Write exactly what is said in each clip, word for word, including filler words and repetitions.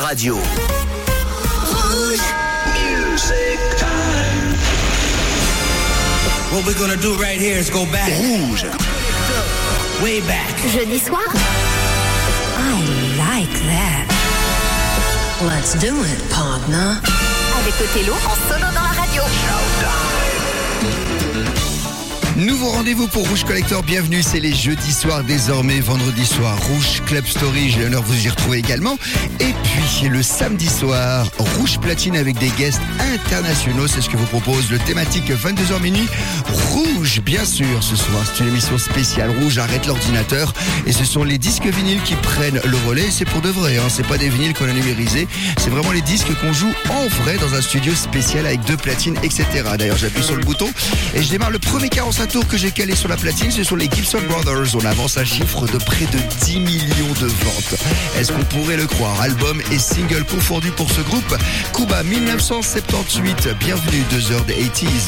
Radio. Rouge. Music time. What we're gonna do right here is go back. Rouge. Way back. Jeudi soir. I like that. Let's do it, partner. Avec Othello en solo dans la radio. Nouveau rendez-vous pour Rouge Collector, bienvenue, c'est les jeudis soirs désormais, vendredi soir Rouge Club Story, j'ai l'honneur de vous y retrouver également. Et puis le samedi soir, Rouge Platine avec des guests internationaux, c'est ce que vous propose le thématique vingt-deux heures minuit. Rouge, bien sûr, ce soir, c'est une émission spéciale, Rouge arrête l'ordinateur et ce sont les disques vinyles qui prennent le relais, c'est pour de vrai, hein, c'est pas des vinyles qu'on a numérisés, c'est vraiment les disques qu'on joue en vrai dans un studio spécial avec deux platines, et cetera. D'ailleurs j'appuie sur le bouton et je démarre le premier quarante-cinq tours que j'ai calé sur la platine, ce sont les Gibson Brothers. On avance un chiffre de près de dix millions de ventes. Est-ce qu'on pourrait le croire? Album et single confondus pour ce groupe. Cuba dix-neuf cent soixante-dix-huit. Bienvenue, deux heures des eighties.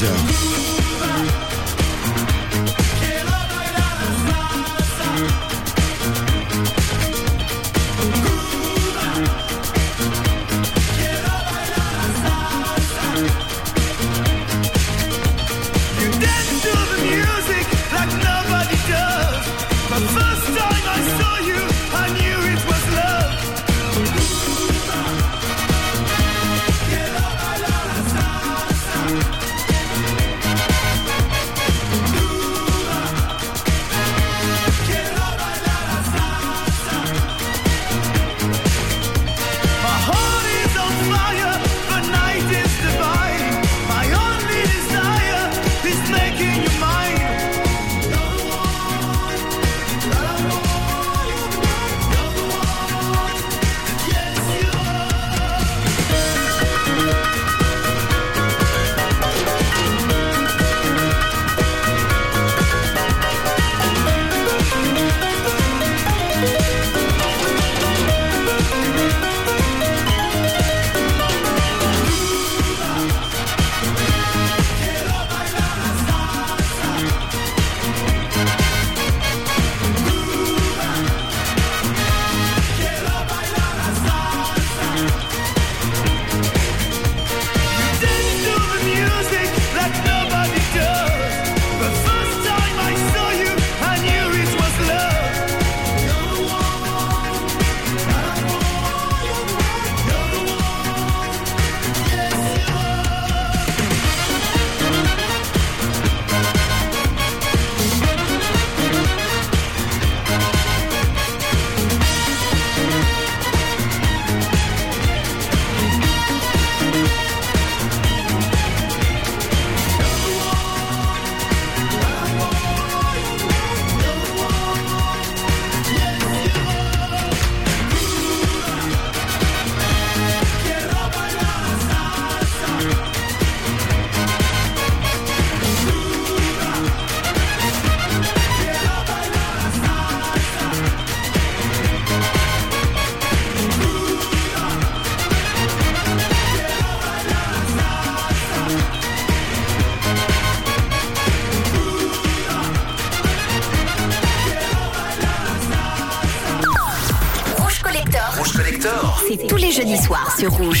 C'est tous les jeudis soirs sur Rouge.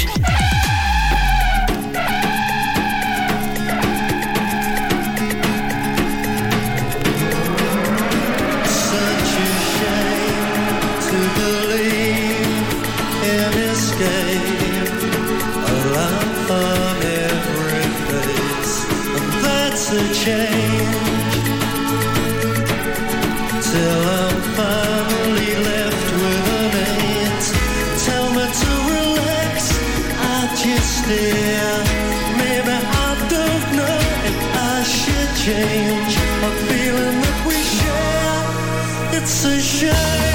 Change a feeling that we share. It's a shame.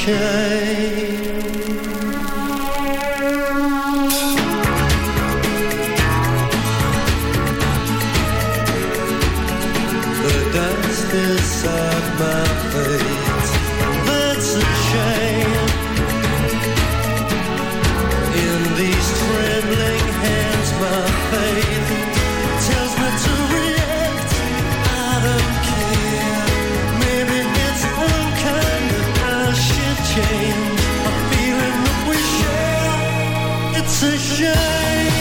shame. The dust inside my face, that's a shame. In these trembling hands, my faith tells me to react. I don't care. Maybe it's unkind that I should change. A feeling that we share, it's a shame.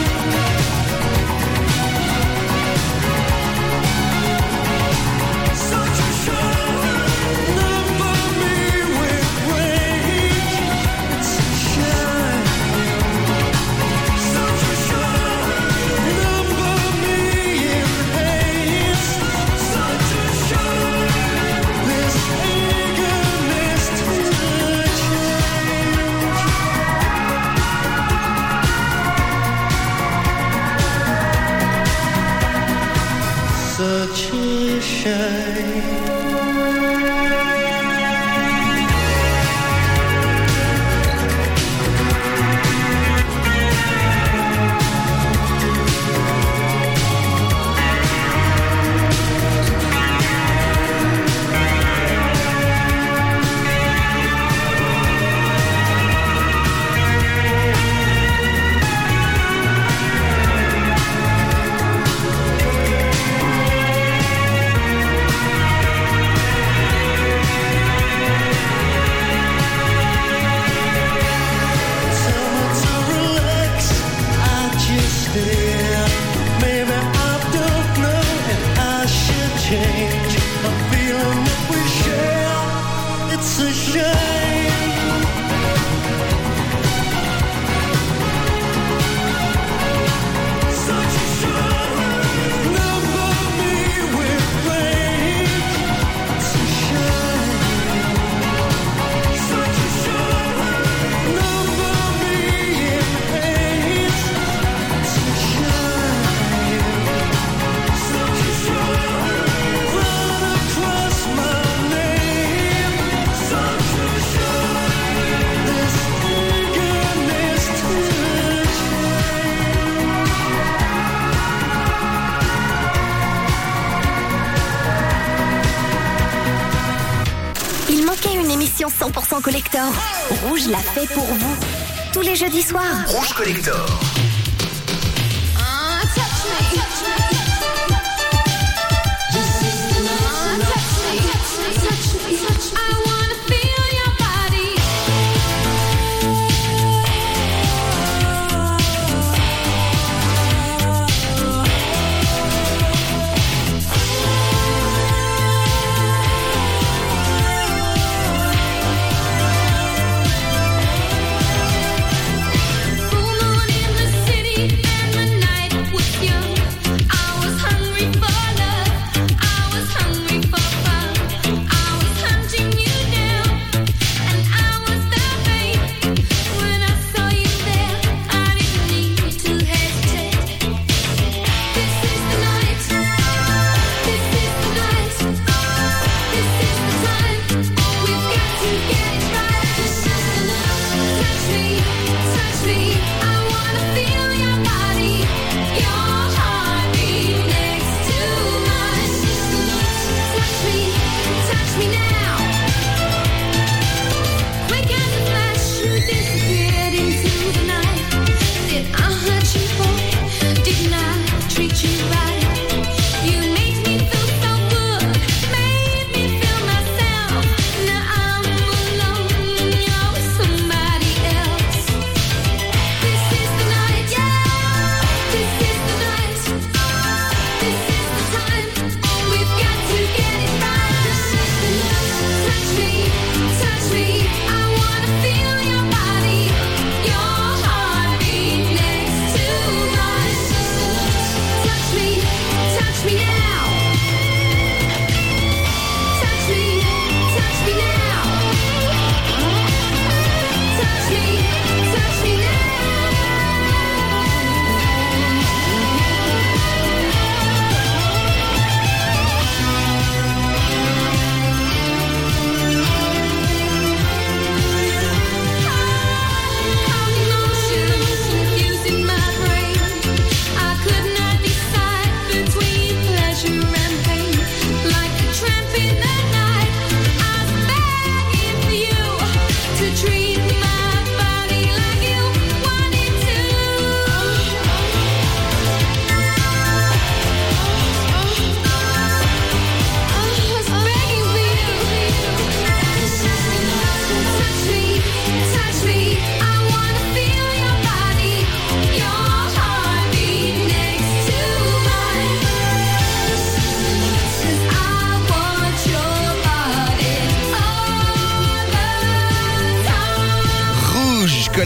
Such a shame. Number me with rage. It's a shame. Such a shame. Number me in haste. Such a shame. This eagerness to change. Such a shame. Tell me to relax, I just stare. Maybe I don't know and I should change. A feeling that we share, it's a shame. Such a shame. Number me with rage. It's a shame. Such a shame. Number me in haste. It's a shame. Such a shame. Run across my name. Such a shame. This eagerness to change. Il manquait une émission cent pour cent collector. Rouge l'a fait pour vous. Tous les jeudis soirs. Rouge Collector. Full moon in the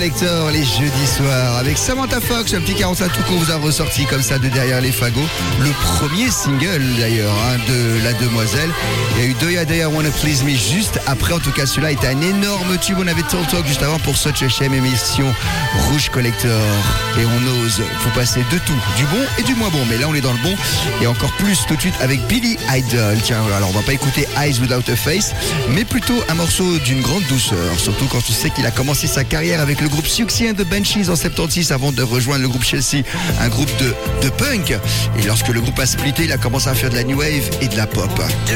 Collector les jeudis soirs avec Samantha Fox, un petit quarante-cinq tout qu'on vous a ressorti comme ça de derrière les fagots. Le premier single d'ailleurs hein, de la demoiselle. Il y a eu Doya Doya Wanna Please Me juste après. En tout cas, celui-là était un énorme tube. On avait Talk Talk juste avant pour Such a Shame, émission Rouge Collector. Et on ose, faut passer de tout, du bon et du moins bon. Mais là, on est dans le bon et encore plus tout de suite avec Billy Idol. Tiens, alors on va pas écouter Eyes Without a Face, mais plutôt un morceau d'une grande douceur. Surtout quand tu sais qu'il a commencé sa carrière avec le groupe Siouxsie and the Banshees en soixante-seize avant de rejoindre le groupe Chelsea, un groupe de, de punk. Et lorsque le groupe a splitté, il a commencé à faire de la new wave et de la pop.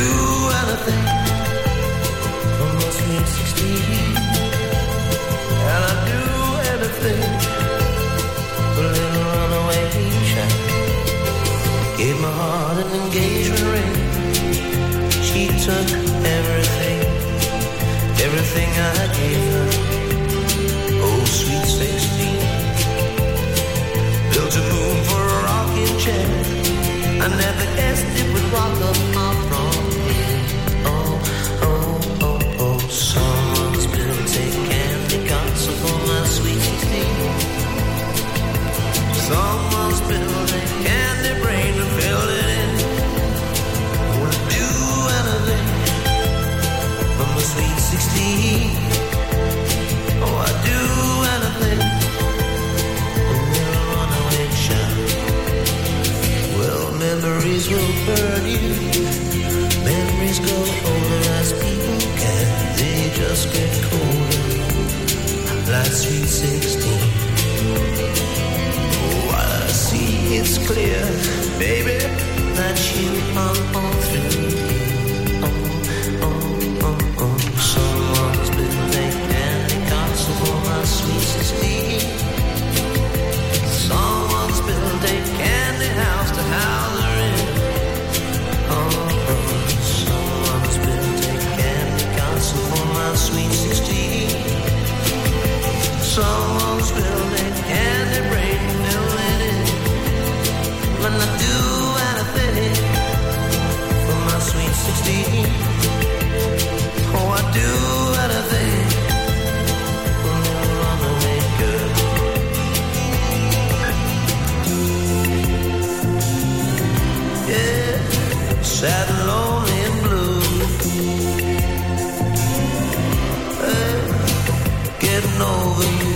Gave my heart an engagement ring. She took everything, everything I gave her. Oh, sweet sixteen. Built a moon for a rocking chair. I never guessed it would rock up my throne. Oh, oh, oh, oh. Someone's built a candy castle for my sweet sixteen. Someone's built a candy brain and filled it in. Would do anything for my sweet sixteen. Oh, I'd do anything. A little runaway child. Well, memories will burn you. Memories go older as people can. They just get colder. Like sweet sixteen. It's clear, baby, that you are all through. Oh, oh, oh, oh. Someone's been making candy castle for my sweet sixteen. Someone's built a candy house to house her in. Oh, oh. Someone's built a candy castle for my sweet sixteen. Someone's built a candy brain filled it in. When I do anything for my sweet sixteen. Oh, I do anything for a little runaway girl. Yeah, sad and lonely and blue. Hey, getting over you.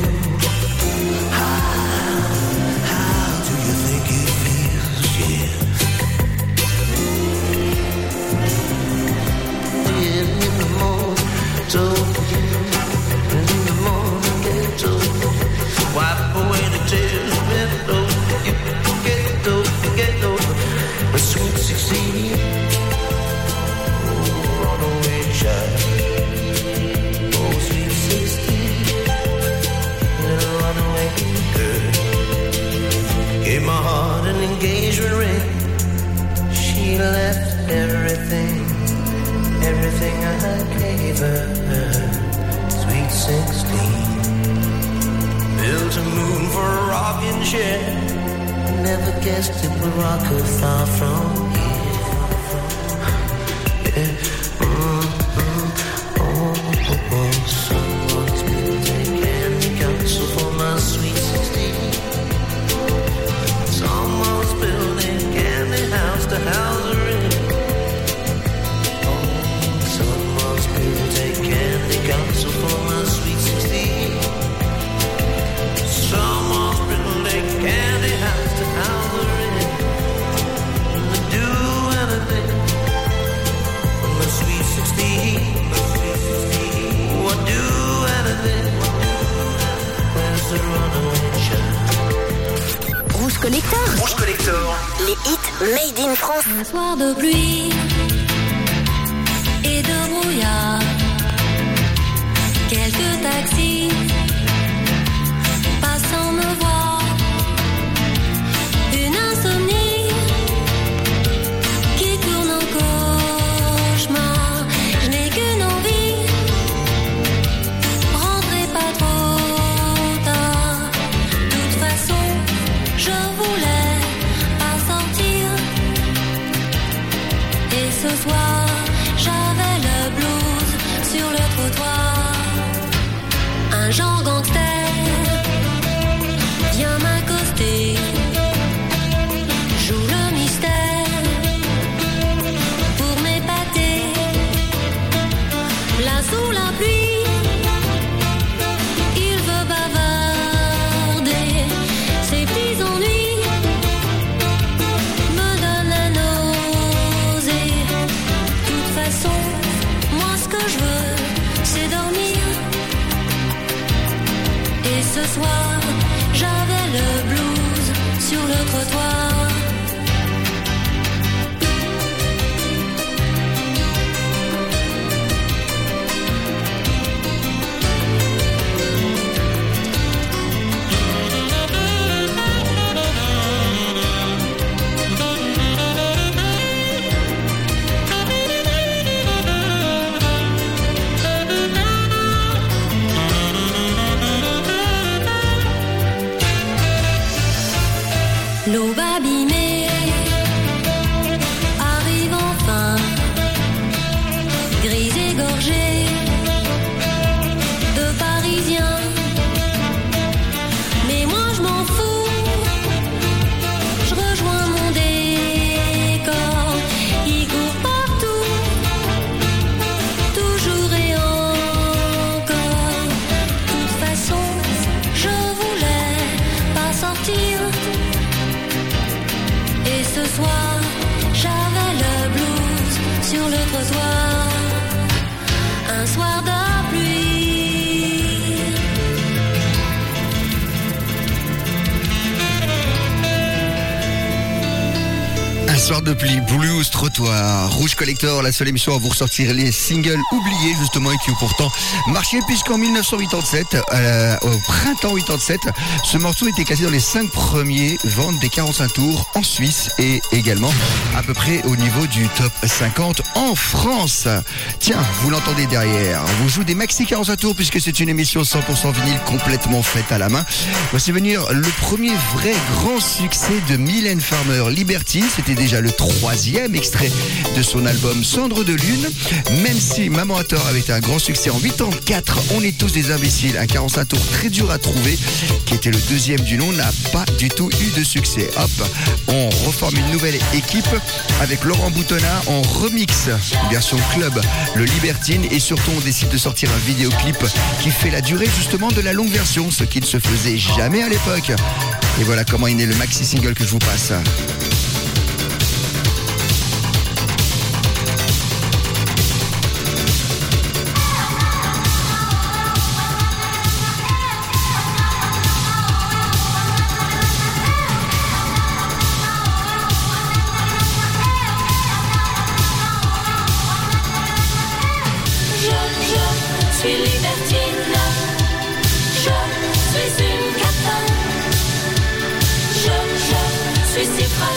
Wipe away the tears, get those, get those, get those, the sweet sixteen. Oh, runaway child. Oh, sweet sixteen. Little runaway girl. Gave my heart an engagement ring. She left everything, everything I gave her. Sweet sixteen. Built a moon for a rocking chair. Never guessed it would rock her far from here. Yeah. Mm, mm, oh, oh, oh. Someone's built a candy castle for my sweet sixteen. Someone's built a candy house to house her in. Oh, someone's built a candy castle for my sweet sixteen. Someone's built a candy house to house her in. To do anything for my sweet sixteen. Oh, I'd do anything. Where's the runaway child? Rouge Collector. Rouge Collector. Les hits made in France. Un soir de pluie et de brouillard. Quelques taxis passant me voir. Une insomnie qui tourne en cauchemar. Je n'ai qu'une envie, rentrez pas trop tard. De toute façon, je voulais pas sortir. Et ce soir, j'avais le blues sur le trottoir. Un genre journée arrive enfin, grise et gorgée de Parisiens. Mais moi je m'en fous, je rejoins mon décor. Il court partout, toujours et encore. De toute façon, je voulais pas sortir. Et ce soir, j'avais le blues sur le trottoir. Un soir de pluie. Un soir de pluie, blues, trottoir, Rouge Collector, la seule émission à vous ressortir les singles oubliés justement et qui ont pourtant marché puisqu'en dix-neuf cent quatre-vingt-sept, euh, au printemps quatre-vingt-sept, ce morceau était classé dans les cinq premiers ventes des quarante-cinq tours en Suisse et également à peu près au niveau du top cinquante en France. Tiens, vous l'entendez derrière, on vous joue des maxi quarante-cinq tours puisque c'est une émission cent pour cent vinyle complètement faite à la main. Voici venir le premier vrai grand succès de Mylène Farmer, Libertine. C'était déjà le troisième extrait de son album Cendre de Lune. Même si Maman a tort avait été un grand succès en quatre-vingt-quatre, On est tous des imbéciles, un quarante-cinq tours très dur à trouver, qui était le deuxième du nom, n'a pas du tout eu de succès. Hop, on reforme une nouvelle équipe avec Laurent Boutonnat en remix, version club, le Libertine, et surtout on décide de sortir un vidéoclip qui fait la durée justement de la longue version, ce qui ne se faisait jamais à l'époque. Et voilà comment est né le maxi single que je vous passe. Je suis libertine, je suis une cata, je, je suis si fragile.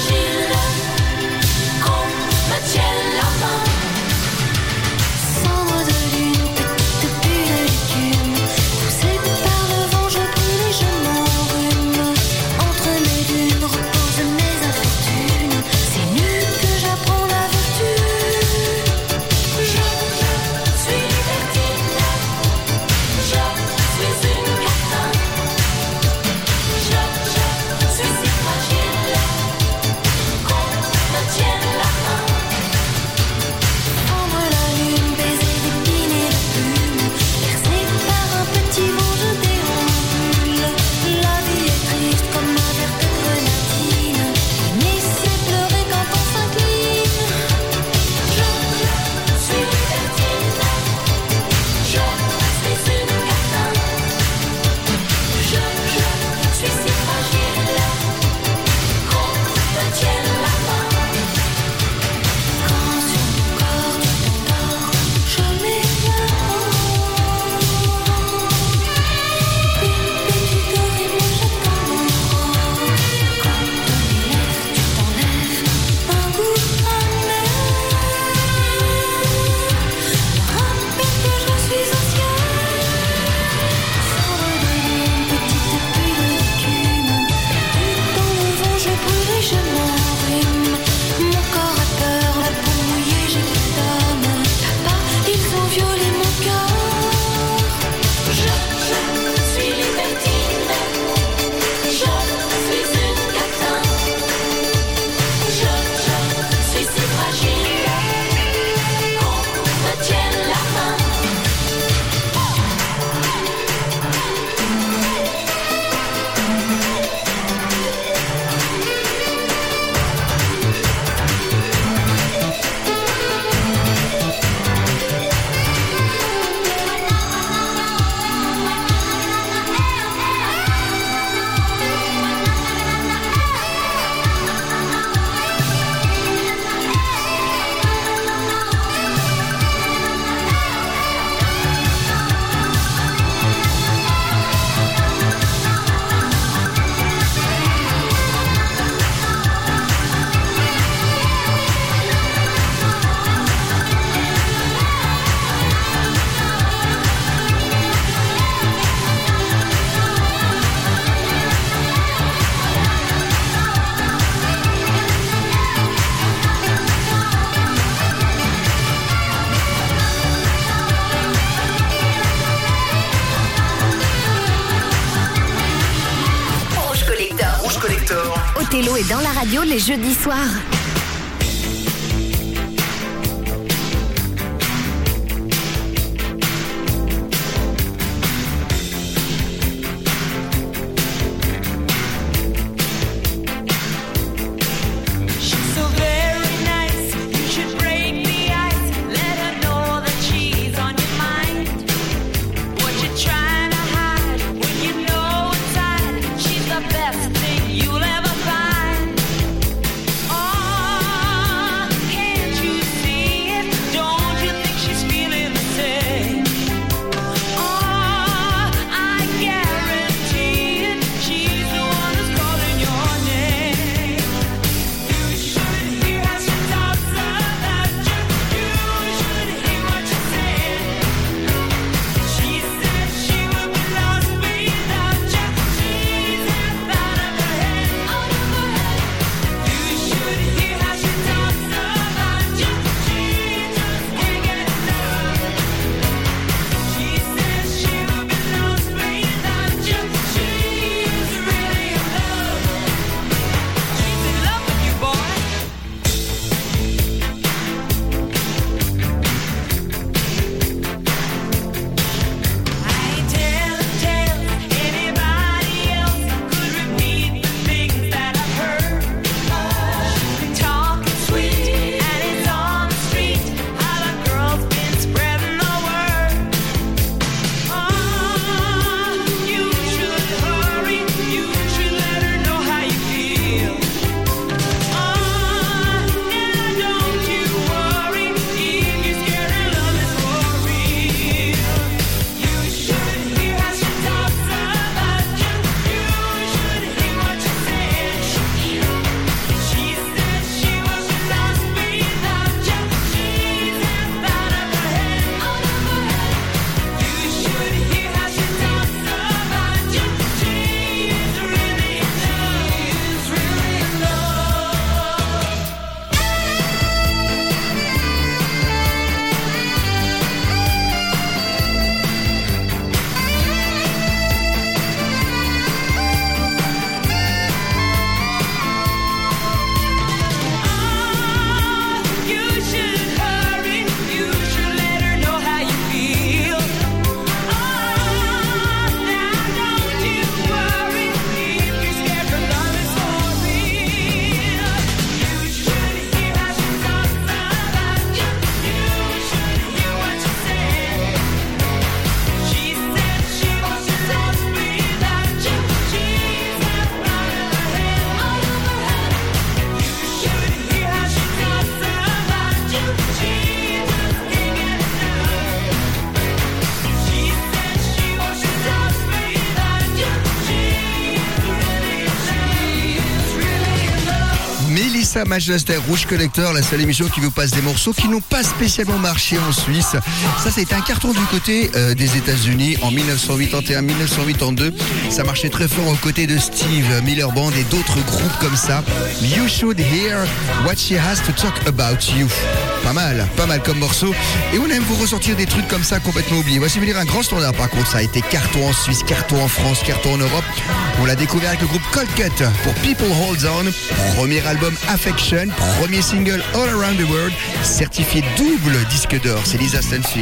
J-Lo est dans la radio les jeudis soirs. You'll ever find. Mélissa Manchester, Rouge Collector, la seule émission qui vous passe des morceaux qui n'ont pas spécialement marché en Suisse. Ça, c'était un carton du côté euh, des États-Unis en dix-neuf cent quatre-vingt-un dix-neuf cent quatre-vingt-deux. Ça marchait très fort aux côtés de Steve Miller Band et d'autres groupes comme ça. You should hear what she has to talk about you. Pas mal, pas mal comme morceau. Et on aime vous ressortir des trucs comme ça complètement oubliés. Voici venir un grand standard. Par contre, ça a été carton en Suisse, carton en France, carton en Europe. On l'a découvert avec le groupe Cold Cut pour People Hold On. Premier album Affection, premier single All Around the World, certifié double disque d'or. C'est Lisa Stanfield.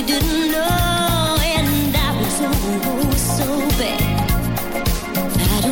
I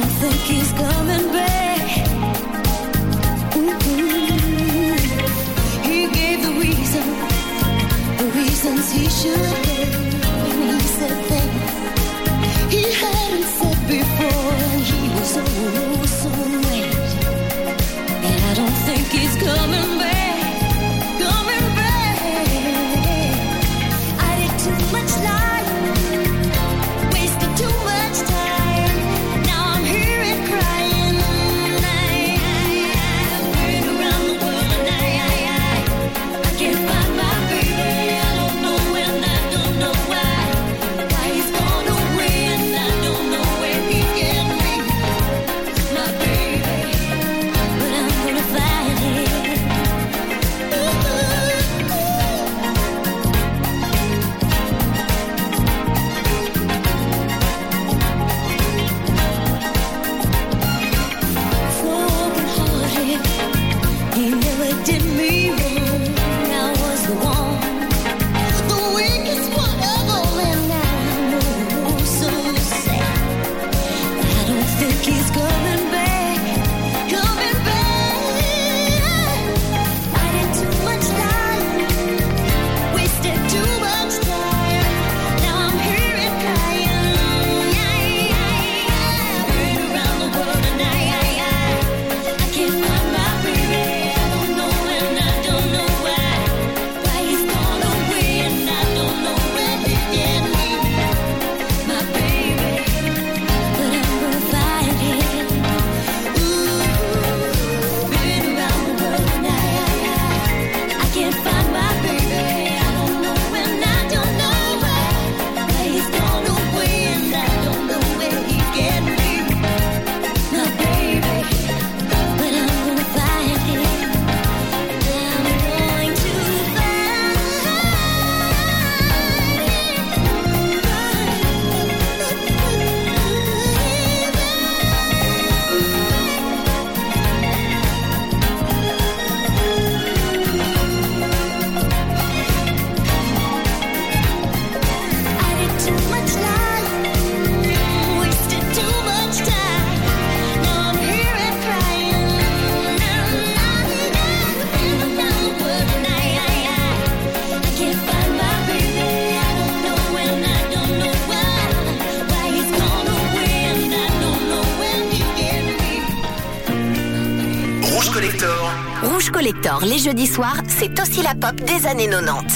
Collector. Rouge Collector, les jeudis soirs, c'est aussi la pop des années quatre-vingt-dix.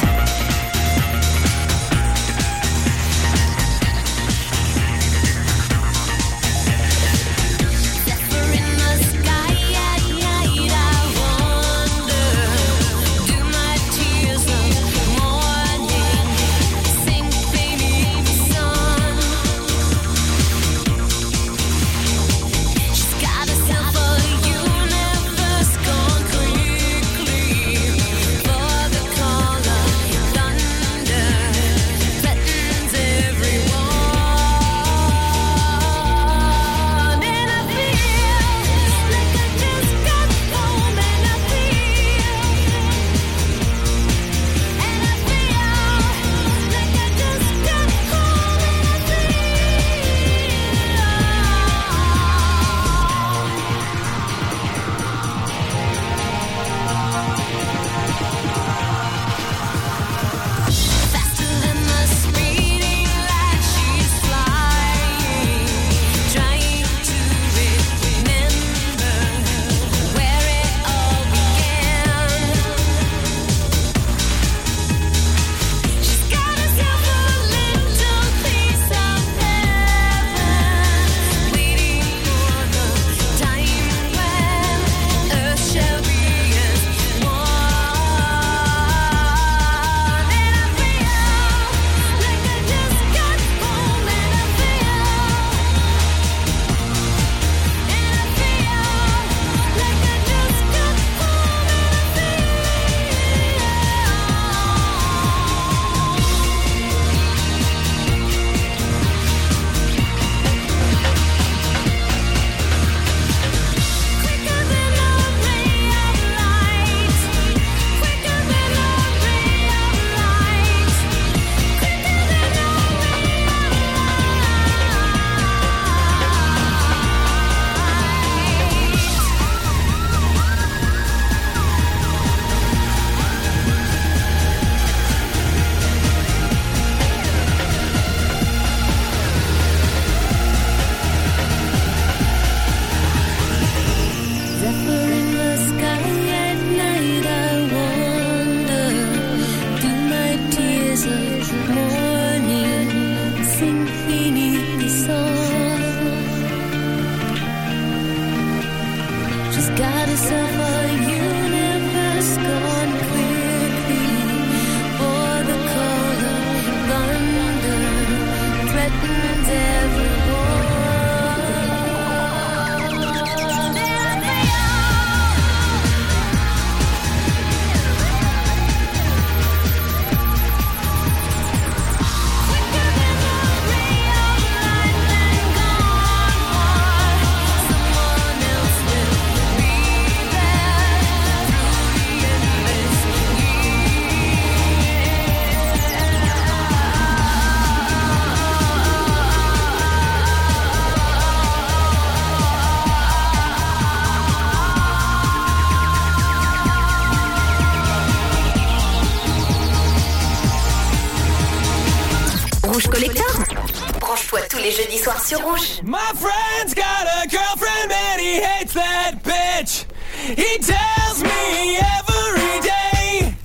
Rouge Collector. Branche-toi tous les jeudis soirs sur Rouge. My friend's got a girlfriend and he hates that bitch. He tells me every day.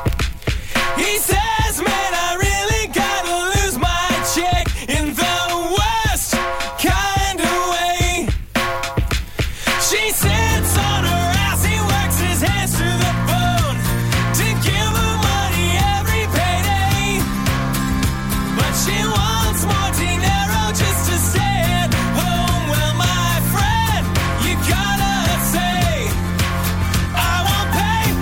He says, man, I really gotta lose my chick in the worst kind of way. She sits on her ass, he works his hands to the bone to give her money every payday. But she wants more dinero just to stay at home. Well, my friend, you gotta say, I won't pay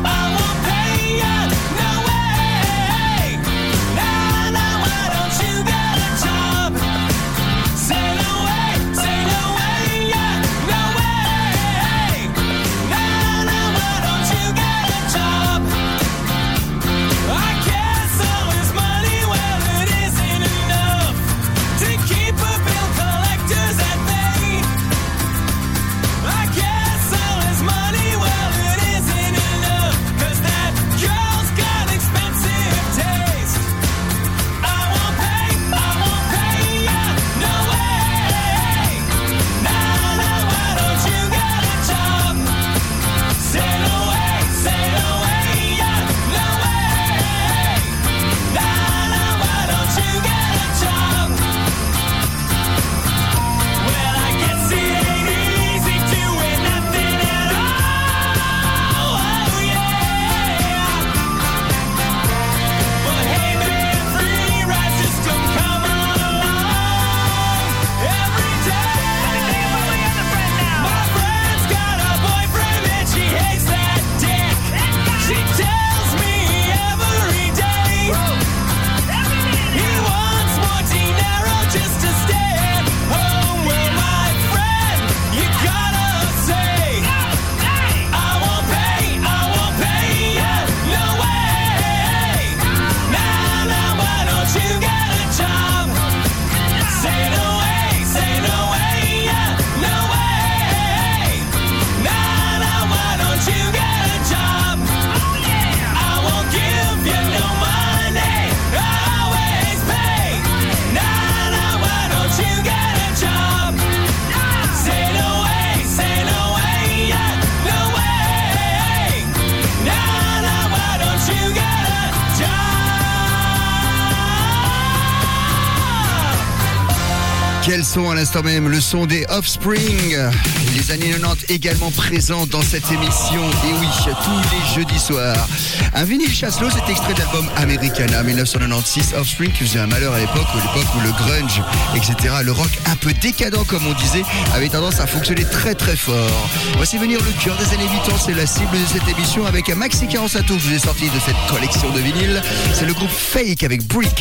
son à l'instant même, le son des Offspring. Les années quatre-vingt-dix également présentes dans cette émission. Et oui, tous les jeudis soirs. Un vinyle chasse-l'eau, c'est extrait de l'album Americana dix-neuf cent quatre-vingt-seize. Offspring qui faisait un malheur à l'époque, à l'époque où le grunge, et cetera, le rock un peu décadent comme on disait, avait tendance à fonctionner très très fort. Voici venir le cœur des années quatre-vingt-dix, c'est la cible de cette émission avec un maxi quarante-cinq tours que je vous ai sorti de cette collection de vinyles. C'est le groupe Fake avec Brick.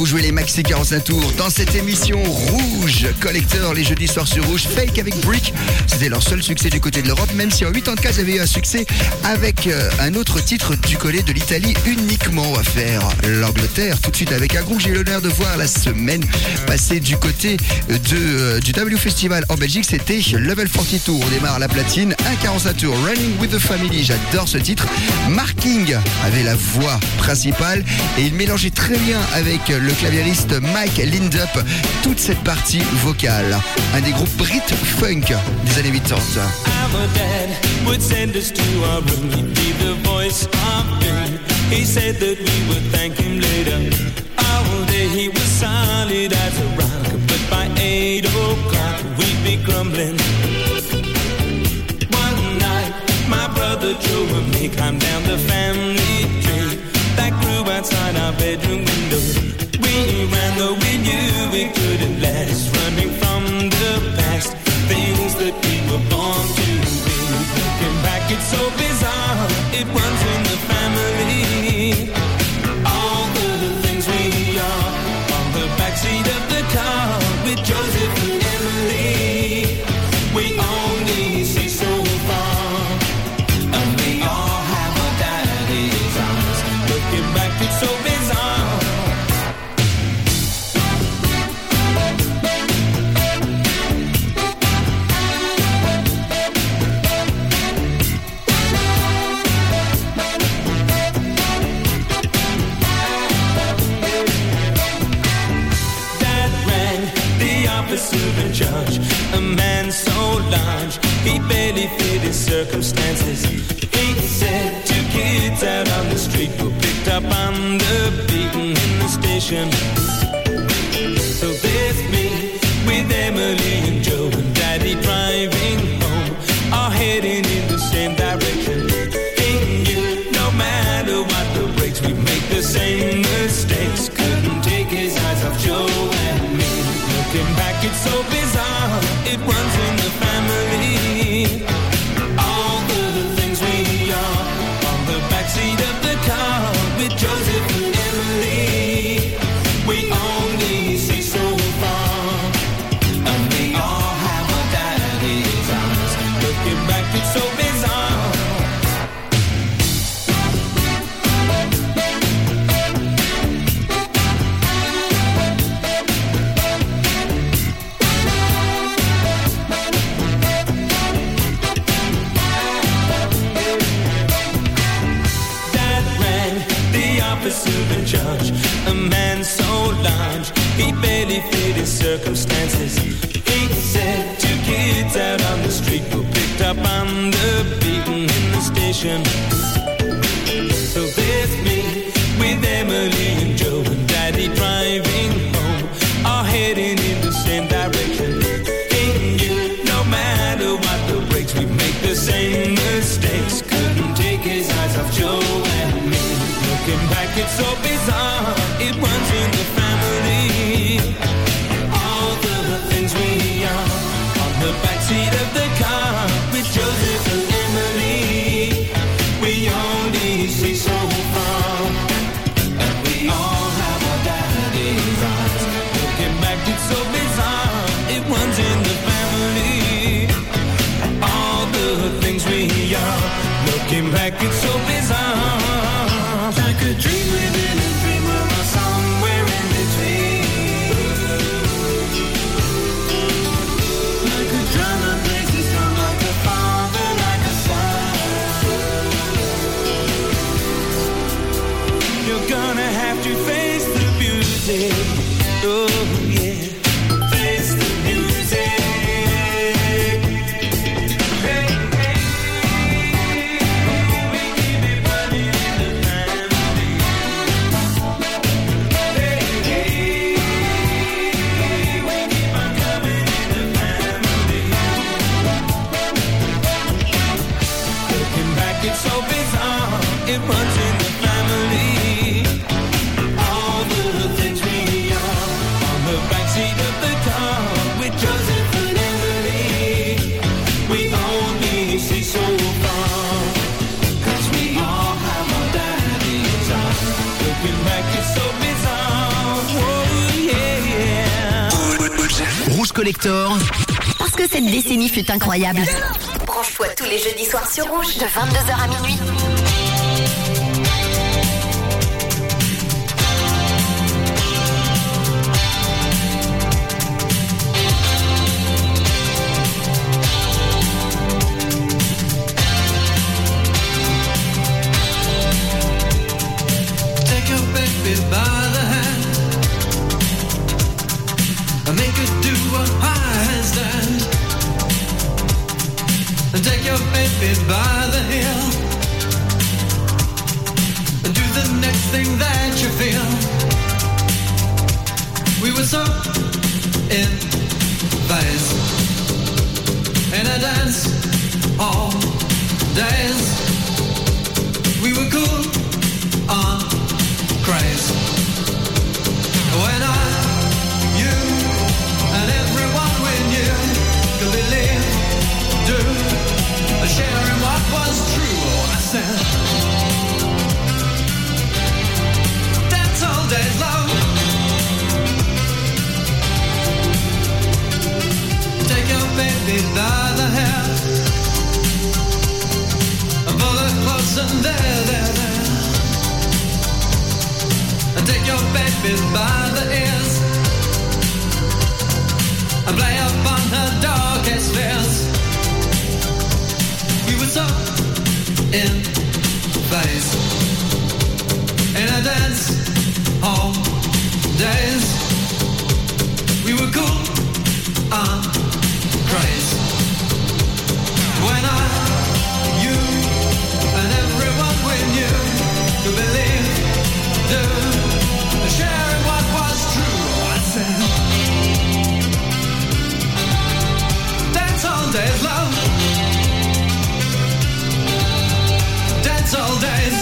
jouer les maxi quarante-cinq tours dans cette émission Rouge Collector les jeudis soirs sur Rouge. Fake avec Brick, c'était leur seul succès du côté de l'Europe, même si en huit ans de cas ils avaient eu un succès avec euh, un autre titre du côté de l'Italie uniquement. On va faire l'Angleterre tout de suite avec un groupe que j'ai eu l'honneur de voir la semaine passée du côté de, euh, du W Festival en Belgique, c'était Level quarante-deux. On démarre à la platine, un quarante-cinq tours, Running with the Family, j'adore ce titre. Mark King avait la voix principale et il mélangeait très bien avec le claviériste Mike Lindup toute cette partie vocale. Un des groupes Brit Funk des années quatre-vingt-dix. Our dad would send us to our room. He'd be the voice of doom. He said that we would thank him later. All day he was solid as a rock, but by eight o'clock we'd be grumbling. One night my brother Joe and me climbed down the family tree that grew outside our bedroom window. We ran though we knew we couldn't last, running from the past, things that we were born to be. Looking back, it's so bizarre, it runs in the family. All the things we are on the backseat of the car with Joseph and Emily. We only see so far, and we all have our daddy's eyes. Looking back, it's so bizarre. In charge, a man so large he barely fit his circumstances. He said two kids out on the street were picked up on the beaten in the station. So there's me with Emily and Joe and Daddy driving home, all heading in the same direction. He knew no matter what the brakes, we make the same mistakes. Couldn't take his eyes off Joe and me. Looking back, it's so bizarre, it runs in the family. All the things we are on the backseat of the car with Joseph and Emily. We only see so far, and we all have our daddy's eyes. Looking back, it's so bizarre. In charge, a man so large he barely fit his circumstances. He said two kids out on the street were picked up on the beaten in the station. So there's me with Emily and Joe and Daddy driving home, all heading in the same direction. He knew no matter what the brakes, we make the same mistakes. Couldn't take his eyes off Joe and me. Looking back, it's so bizarre, it runs in the family. All the things we are on the backseat of the car with Joseph and Emily. We only see so far, and we all have our daddy's eyes. Looking back, it's so bizarre, it runs in the family. All the things we are, looking back, it's so bizarre. Like a dream within a dream, or somewhere in between. Like a drama plays its drum, like a father, like a son. You're gonna have to face the music. Oh yeah, face the music. It's so bizarre, it runs in the family. All the things we are on the Collector. Parce que cette décennie fut incroyable. Branche-toi tous les jeudis soirs sur Rouge de vingt-deux heures à minuit. Take your baby by the hand and make her do a handstand. And take your baby by the heel and do the next thing that you feel. We were so in phase in a dance all days. We were cool on craze. When I, you, and everyone we knew could believe, do, sharing what was true. Oh, I said, dance all day long. Take your baby by the hair and pull her close and there, there, there. And take your baby by the ears and play upon her darkest fears. We were so in phase in a dance hall days. We were cool on craze. When I, you, and everyone we knew could believe, do, sharing what was true. Oh, I said, dance all days, love. Dance all days.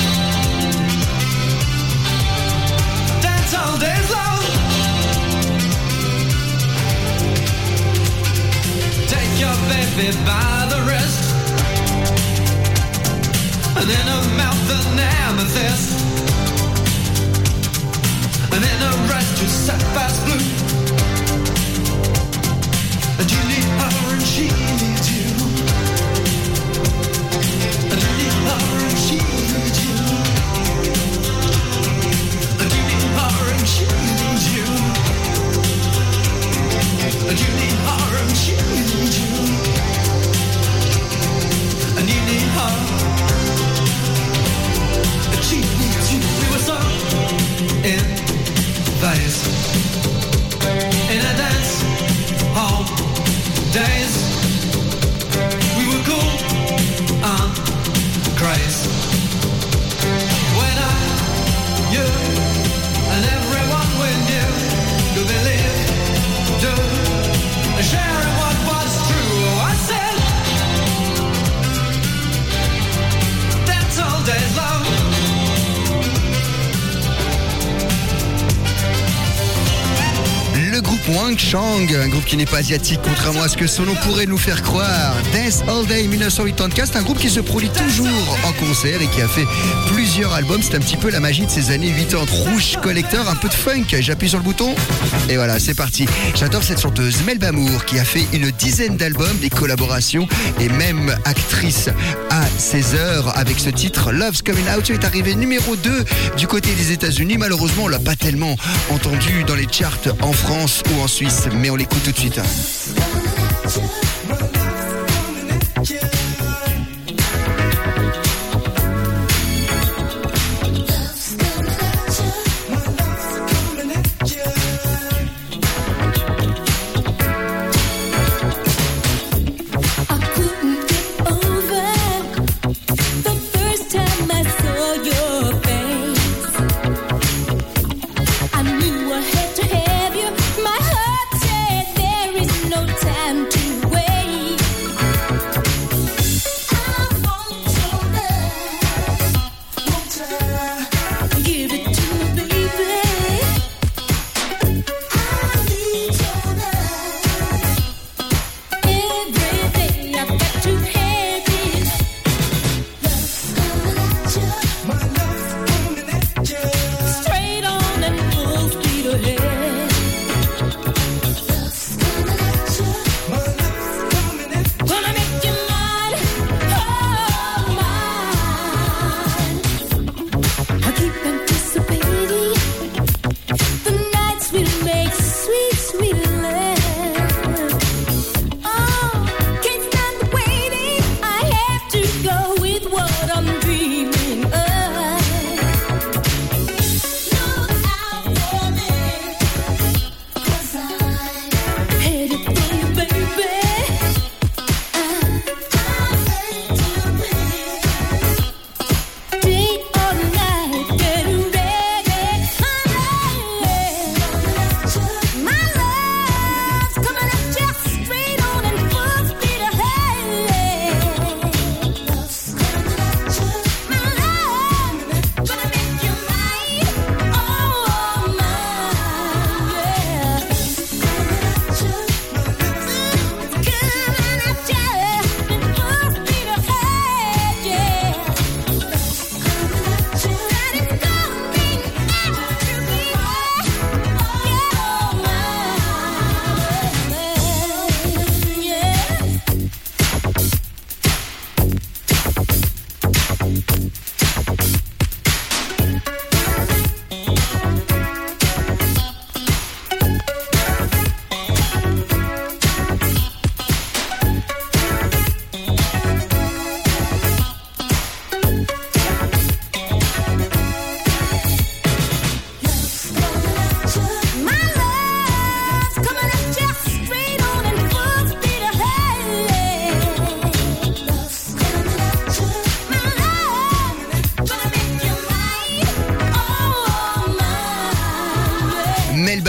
Dance all days, love. Take your baby by the wrist and in her mouth an amethyst. And in a rest you sapphire's blue. And you need her and she needs you. And you need her and she needs you. And you need her and she needs you. And you need her and she needs you. And you need her and she needs you. We were so in phase in a dance hall days. We were cool on craze. When I, you, and everyone we knew could believe, do, sharing what was true. Oh, I said, dance all days, love. Le groupe Wang Chang, un groupe qui n'est pas asiatique, contrairement à ce que son nom pourrait nous faire croire. Dance All Day dix-neuf cent quatre-vingt-quinze, c'est un groupe qui se produit toujours en concert et qui a fait plusieurs albums. C'est un petit peu la magie de ces années quatre-vingt-dix. Rouge Collector, un peu de funk. J'appuie sur le bouton et voilà, c'est parti. J'adore cette chanteuse Melba Moore qui a fait une dizaine d'albums, des collaborations et même actrice à ses heures avec ce titre Love's Coming Out. Elle est arrivée numéro deux du côté des États-Unis. Malheureusement, on l'a pas tellement entendu dans les charts en France ou en Suisse, mais on l'écoute tout de suite. I knew I had to have you. My heart said there is no time.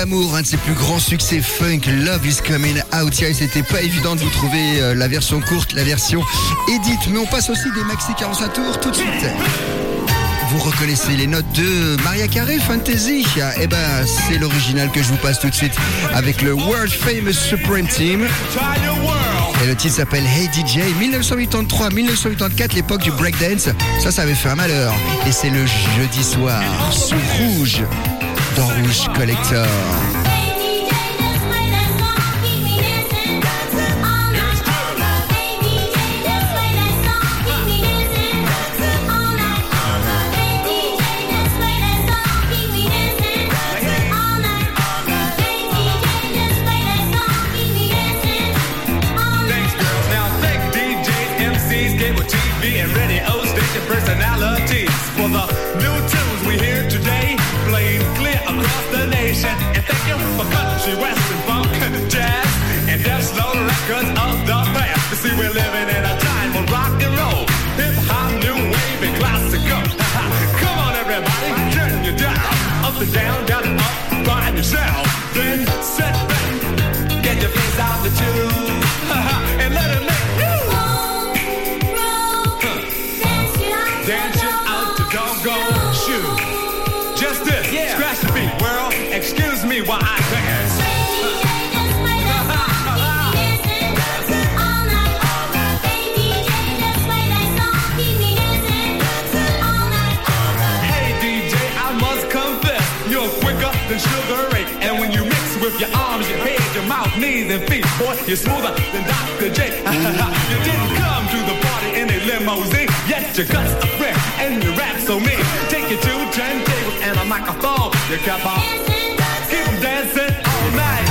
d'amour, un de ses plus grands succès funk, Love is Coming Out. Yeah, c'était pas évident de vous trouver euh, la version courte, la version edit. Mais on passe aussi des maxi quarante-cinq tours tout de suite. Vous reconnaissez les notes de Maria Carey, Fantasy? Eh ben, c'est l'original que je vous passe tout de suite avec le World Famous Supreme Team. Et le titre s'appelle Hey D J. dix-neuf cent quatre-vingt-trois dix-neuf cent quatre-vingt-quatre, l'époque du breakdance. Ça, ça avait fait un malheur. Et c'est le jeudi soir, sous Rouge, dans Rouge Collector. And radio station personalities for the new tunes we hear today, playing clear across the nation. And thank you for country, western, funk, jazz, and death slow records of the past. You see, we're living in a time of rock and roll, hip hop, new wave, and classical. Come on, everybody, turn your dial up and down, down and up, find yourself. Then sit back, get your face out the tube, and let it make you. Dance you out to doggone shoe. Just this, yeah. Scratch the beat, world. Excuse me while I dance. Hey D J, I must confess, you're quicker than Sugar Ray. And when you mix with your arms, your head, your mouth, knees, and feet, boy, you're smoother than Doctor J. You didn't come to the party in a limousine, yet your guts are fresh and your rap so mean. Take you to turntables and a microphone. You kept on, keep them dancing all night.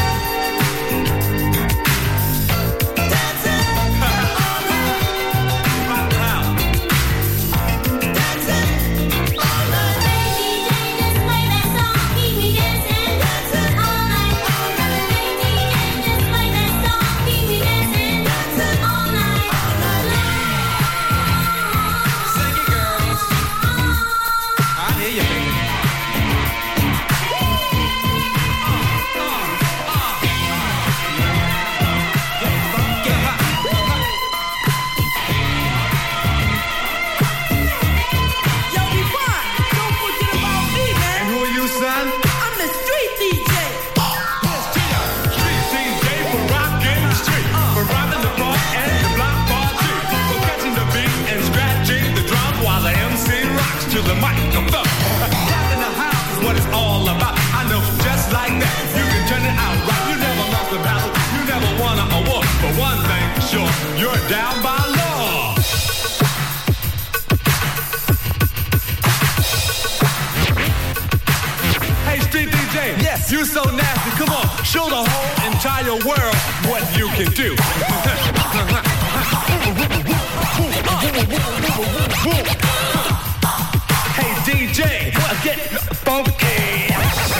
To the microphone. Rap in the house is what it's all about. I know just like that, you can turn it out right. You never lost a battle, you never won an award. But one thing for sure, you're down by law. Hey, street D J, yes, you so nasty. Come on, show the whole entire world what you can do. Hey D J, get funky.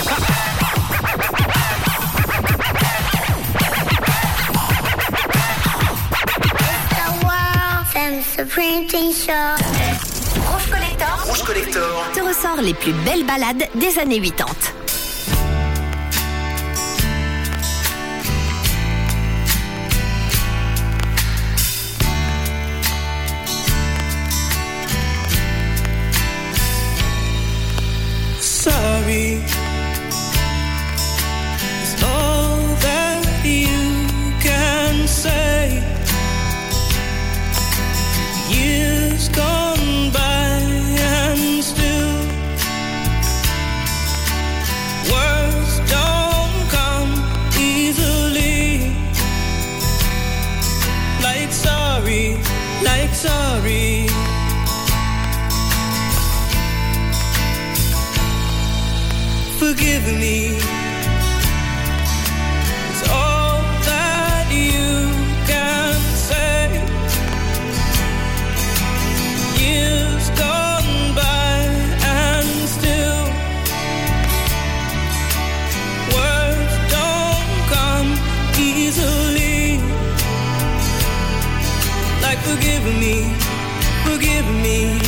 The World Famous Printing Show. Rouge Collector, Rouge Collector te ressort les plus belles balades des années quatre-vingt-dix. Sorry is all that you can say. Years gone by and still words don't come easily. Like sorry, like sorry. Forgive me. It's all that you can say. Years gone by and still words don't come easily. Like forgive me, forgive me.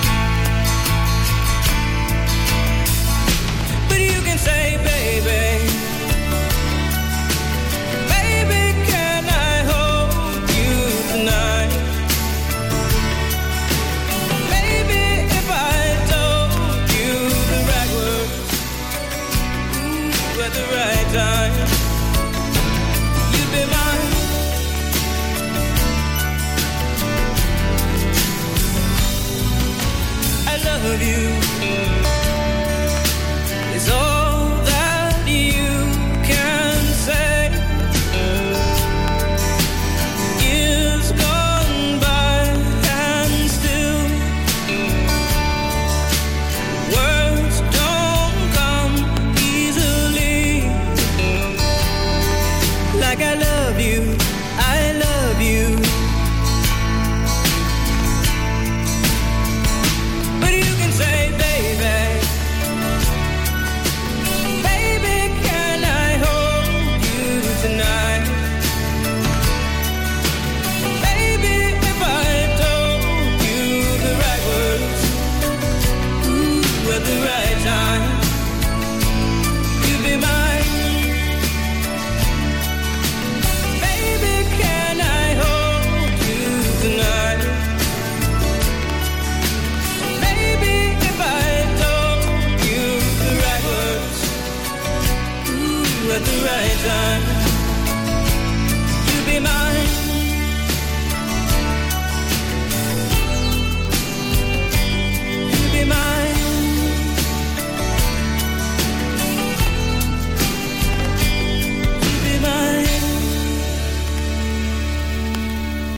Say, baby, you.